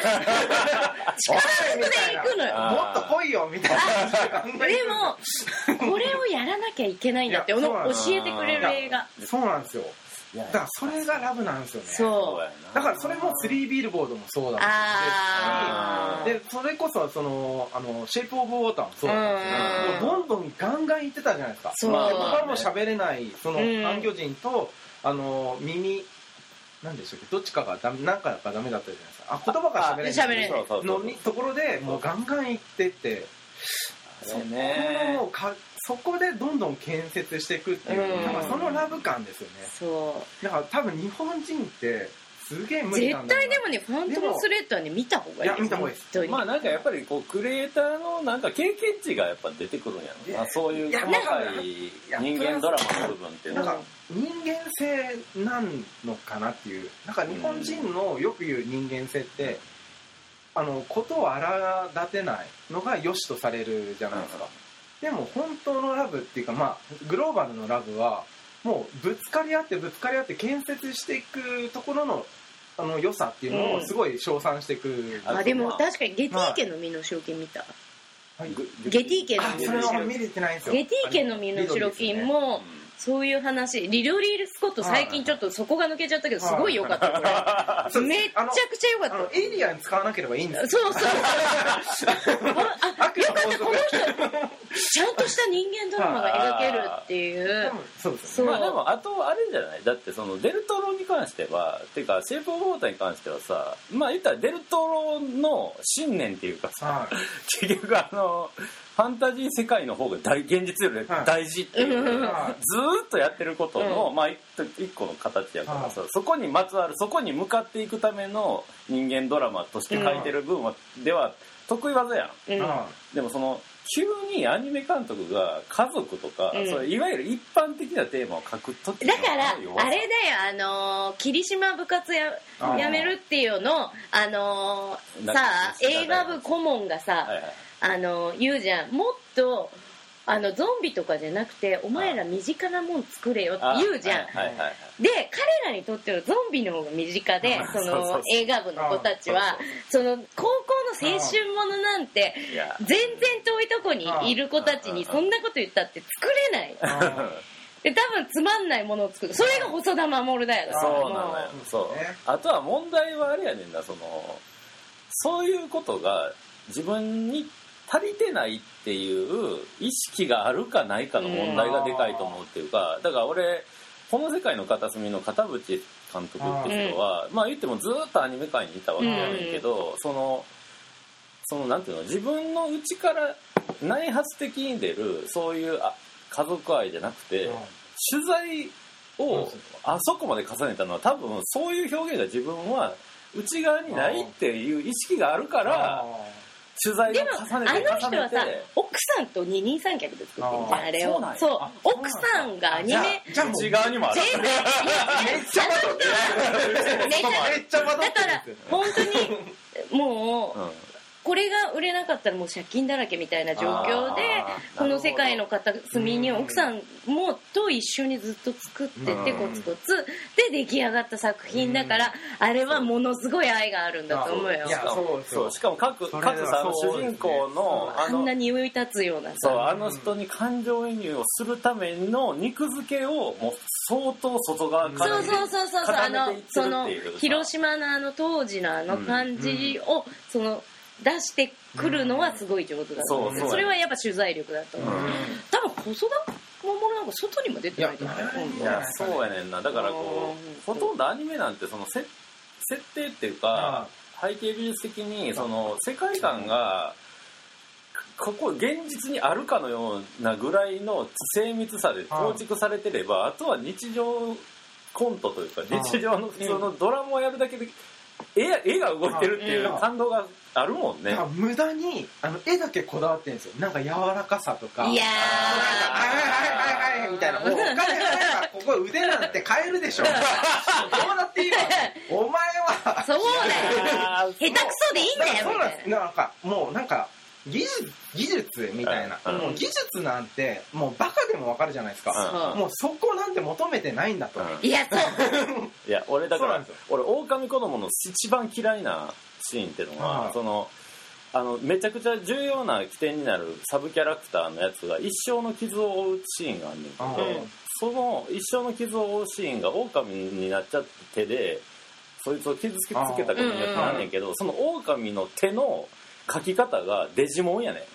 行くのよ。 もっと来いよみたいな。 でもこれをやらなきゃいけないんだって教えてくれる映画。 そうなんですよ。だからそれがラブなんですよね。 そうだからそれも3ビルボードもそうだったし、でそれこそシェイプオブウォーターもそうだったんですけど、どんどんガンガン言ってたじゃないですか。他も喋れないその半魚人と耳なんでしょうけど、どっちかが何かがダメだったじゃないですか。言葉が喋れないのところでもうガンガン言ってって、そこでどんどん建設していくっていう、そのラブ感ですよね。 そうだから多分日本人ってすげえ無理なんだ。絶対でもね、ファントムスレッドはね見た方がいい。 いや見た方がいいです。 まあなんかやっぱりこうクリエイターのなんか経験値がやっぱ出てくるんやろな。そういう細かい人間ドラマの部分っていうのは人間性なんのかなっていう。なんか日本人のよく言う人間性ってことを荒立てないのが良しとされるじゃないですか。でも本当のラブっていうか、グローバルのラブはもうぶつかり合って建設していくところの良さっていうのをすごい称賛していく。 でも確かにゲティ家の身の代金見た。ゲティ家の身の代金。 それは見れてないんですよ。 ゲティ家の身の代金もそういう話。リドリー・スコット最近ちょっとそこが抜けちゃったけどすごい良かったこれ。めっちゃくちゃ良かった。 エイリアン使わなければいいんですよ。 そうよかったこの人ちゃんとした人間ドラマが描けるっていう。 そうですね。 まあでもあとあれじゃない。だってそのデルトロに関してはっていうかシェイプオブウォーターに関してはさ、まあ言ったらデルトロの信念っていうかさ、結局ファンタジー世界の方が現実より大事っていう、ずーっとやってることの、まあ一個の形やからさ、そこにまつわるそこに向かっていくための人間ドラマとして書いてる分では得意技やん。でもその急にアニメ監督が家族とか、それいわゆる一般的なテーマを書くときだからあれだよ霧島部活やめるっていうのさ映画部顧問がさ、言うじゃん。もっとゾンビとかじゃなくてお前ら身近なもん作れよって言うじゃん。で彼らにとってのゾンビの方が身近でその映画部の子たちはその高校の青春ものなんて全然遠いとこにいる子たちにそんなこと言ったって作れない。で多分つまんないものを作る。それが細田守だよな。 そうなのよ。そう。あとは問題はあれやねんな、そういうことが自分に足りてないっていう意識があるかないかの問題がでかいと思うっていうか、だから俺この世界の片隅の片渕監督って人はまあ言ってもずっとアニメ界にいたわけやねんけど、そのなんていうの、自分の内から内発的に出るそういう家族愛じゃなくて、取材をあそこまで重ねたのは多分そういう表現が自分は内側にないっていう意識があるから取材を重ねてでもあの人はさ奥さんと二人三脚で作ってるんじゃんあれを。そう奥さんがアニメ内側にもある。 めっちゃだから本当にもうこれが売れなかったらもう借金だらけみたいな状況でこの世界の片隅に奥さんもと一緒にずっと作っててコツコツで出来上がった作品だからあれはものすごい愛があるんだと思うよ。 そうしかも各さ主人公のあんなに浮い立つようなあの人に感情移入をするための肉付けをもう相当外側からその広島の当時の感じを出してくるのはすごい上手だと思う。それはやっぱ取材力だと思う。多分細田守なんか外にも出てないと思う。 いやそうやねんな。だからほとんどアニメなんてその設定っていうか背景美術的にその世界観がここ現実にあるかのようなぐらいの精密さで構築されてれば、あとは日常コントというか日常の普通のドラマをやるだけで絵が動いてるっていう感動があるもんね。 無駄に絵だけこだわってるんですよ。なんか柔らかさとか。 いやー。 はいみたいな。もうお金払えばここ腕なんて買えるでしょ。どうなっていいわ。お前は。 そうだよ。下手くそでいいんだよ。 そうなんです。なんかもうなんか技術みたいな。もう技術なんてもうバカでもわかるじゃないですか。もうそこなんて求めてないんだと。 いやそう。 いや俺だから俺狼子供の一番嫌いなシーンっていうのはめちゃくちゃ重要な起点になるサブキャラクターのやつが一生の傷を負うシーンがあるんだけど、その一生の傷を負うシーンが狼になっちゃって手でそいつを傷つけたことによってなんねんけど、その狼の手の描き方がデジモンやねん。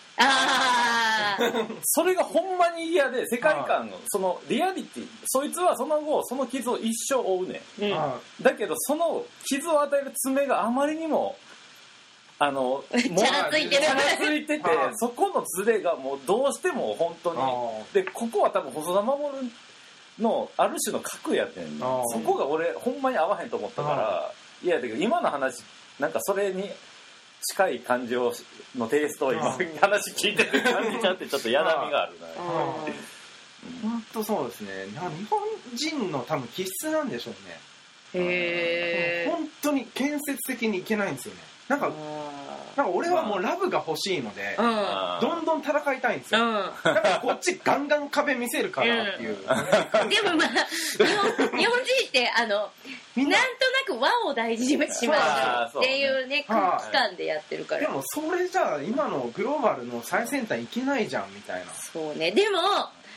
それがほんまに嫌で世界観のそのリアリティ、そいつはその後その傷を一生負うねん。だけどその傷を与える爪があまりにもチャラついててそこのズレがもうどうしても本当にで、ここは多分細田守のある種の核やってんの。そこが俺ほんまに合わへんと思ったからいやだけど今の話なんかそれに近い感じのテイストを今話聞いてて感じちゃってちょっとやだみがあるな。 本当そうですね。日本人の多分気質なんでしょうね。本当に建設的にいけないんですよね。なんか俺はもうラブが欲しいので、どんどん戦いたいんですよ。だからこっちガンガン壁見せるからっていう。でもまあ日本人ってなんとなく和を大事にしましょうっていうね空気感でやってるから。 でもそれじゃあ今のグローバルの最先端いけないじゃんみたいな。 そうね。でも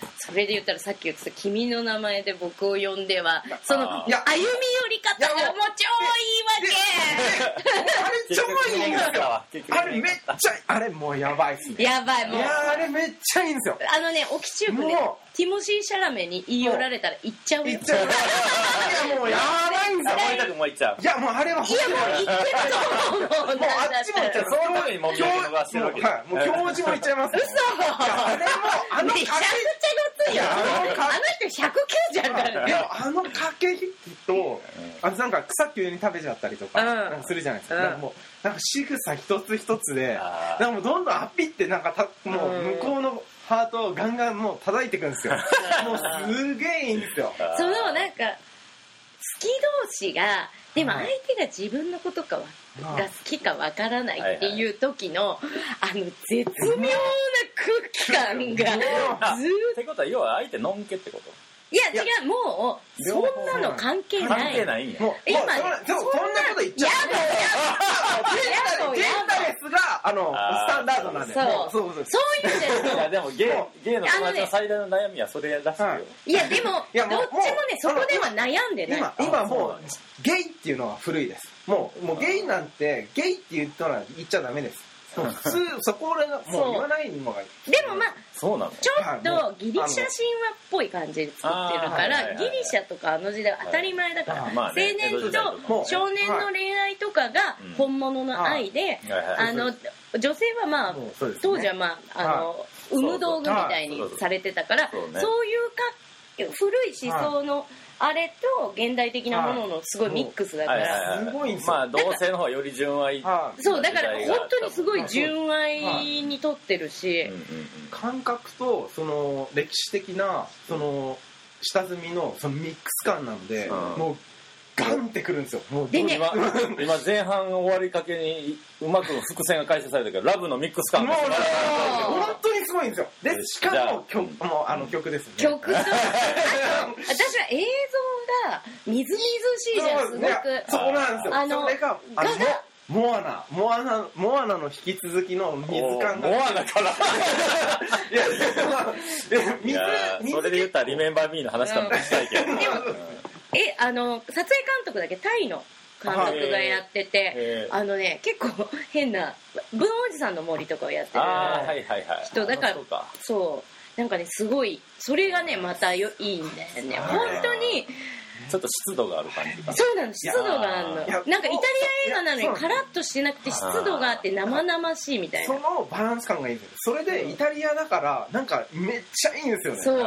それで言ったらさっき言ってた君の名前で僕を呼んではその歩み寄り方がもう超いいわけ。 あれ超いいんですよ。あれめっちゃあれもうやばいっすね。 やばいもう。 いやあれめっちゃいいんですよ。 オキチューブでティモシー・シャラメに言い寄られたら行っちゃうよ。 行っちゃう。いやもうやばいんですよ。 森田君も行っちゃう。 いやもうあれは本当にもう行ってると思う。もうあっちも行っちゃう。 そういうふうにもう見逃してるわけ。 はい。もう教授も行っちゃいます。 嘘。 あれもめちゃくちゃごついよ。あの人190あるからね。 でも駆け引きとなんか草急に食べちゃったりとかなんかするじゃないですか。なんかもうなんか仕草一つ一つでなんかもうどんどんアピってなんかもう向こうのハートをガンガンもう叩いていくんですよ。もうすげえいいんですよ。 そのなんか好き同士がでも相手が自分のことが好きかわからないっていう時の絶妙な空気感がずーっと。 ってことは要は相手のんけってこと？ いや違うもうそんなの関係ない。 関係ないんや。 今そんなこと言っちゃう。ジェンダーレスがスタンダードなんで。 そういうんじゃない。 いやでもゲイの友達の最大の悩みはそれらしいよ。 いやでもどっちもねそこでは悩んでない。 今もうゲイっていうのは古いです。もうゲイなんてゲイって言ったら言っちゃダメです。普通そこらがもう言わないのがいい。 でもまあそうなのちょっとギリシャ神話っぽい感じで作ってるからギリシャとか時代は当たり前だから青年と少年の恋愛とかが本物の愛で女性はまあ当時はまあ産む道具みたいにされてたからそういう古い思想のあれと現代的なもののすごいミックスだからすごいんですよ。 まあ同性の方がより純愛。 そうだから本当にすごい純愛にとってるし感覚とその歴史的なその下積みのそのミックス感なのでもうガンってくるんですよ。もうでね今前半終わりかけにうまく伏線が回収されたけどラブのミックス感が本当にすごいんですよ。でしかも曲ですね。 曲とあと私は映像がみずみずしいじゃんすごく。 そこなんですよ。それがモアナの引き続きの水感が。 モアナからいや水それで言ったらリメンバーミーの話かもしたいけど。 撮影監督だけタイの監督がやってて結構変な文おじさんの森とかをやってる人だからそうなんかねすごいそれがねまたいいんだよね本当に。 ちょっと湿度がある感じかな。 そうなの湿度があるのなんかイタリア映画なのにカラッとしてなくて湿度があって生々しいみたいなそのバランス感がいいんですよ。それでイタリアだからなんかめっちゃいいんですよね。 そう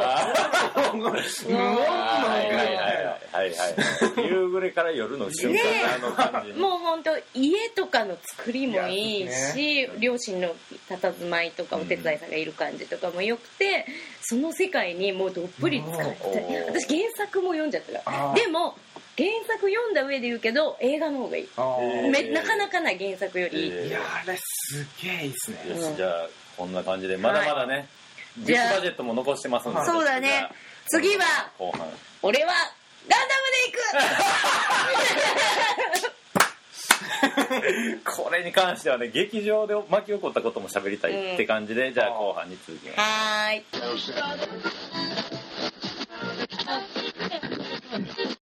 夕暮れから夜の瞬間の感じもう本当家とかの作りもいいし両親の佇まいとかお手伝いさんがいる感じとかもよくてその世界にもうどっぷり使って私原作も読んじゃったからでも原作読んだ上で言うけど映画の方がいいなかなかない原作よりいやあれすげえいいっすね。 じゃあこんな感じでまだまだねビッグバジェットも残してますんでそうだね次は俺はガンダムで行くこれに関してはね劇場で巻き起こったことも喋りたいって感じでじゃあ後半に続きます。 はーい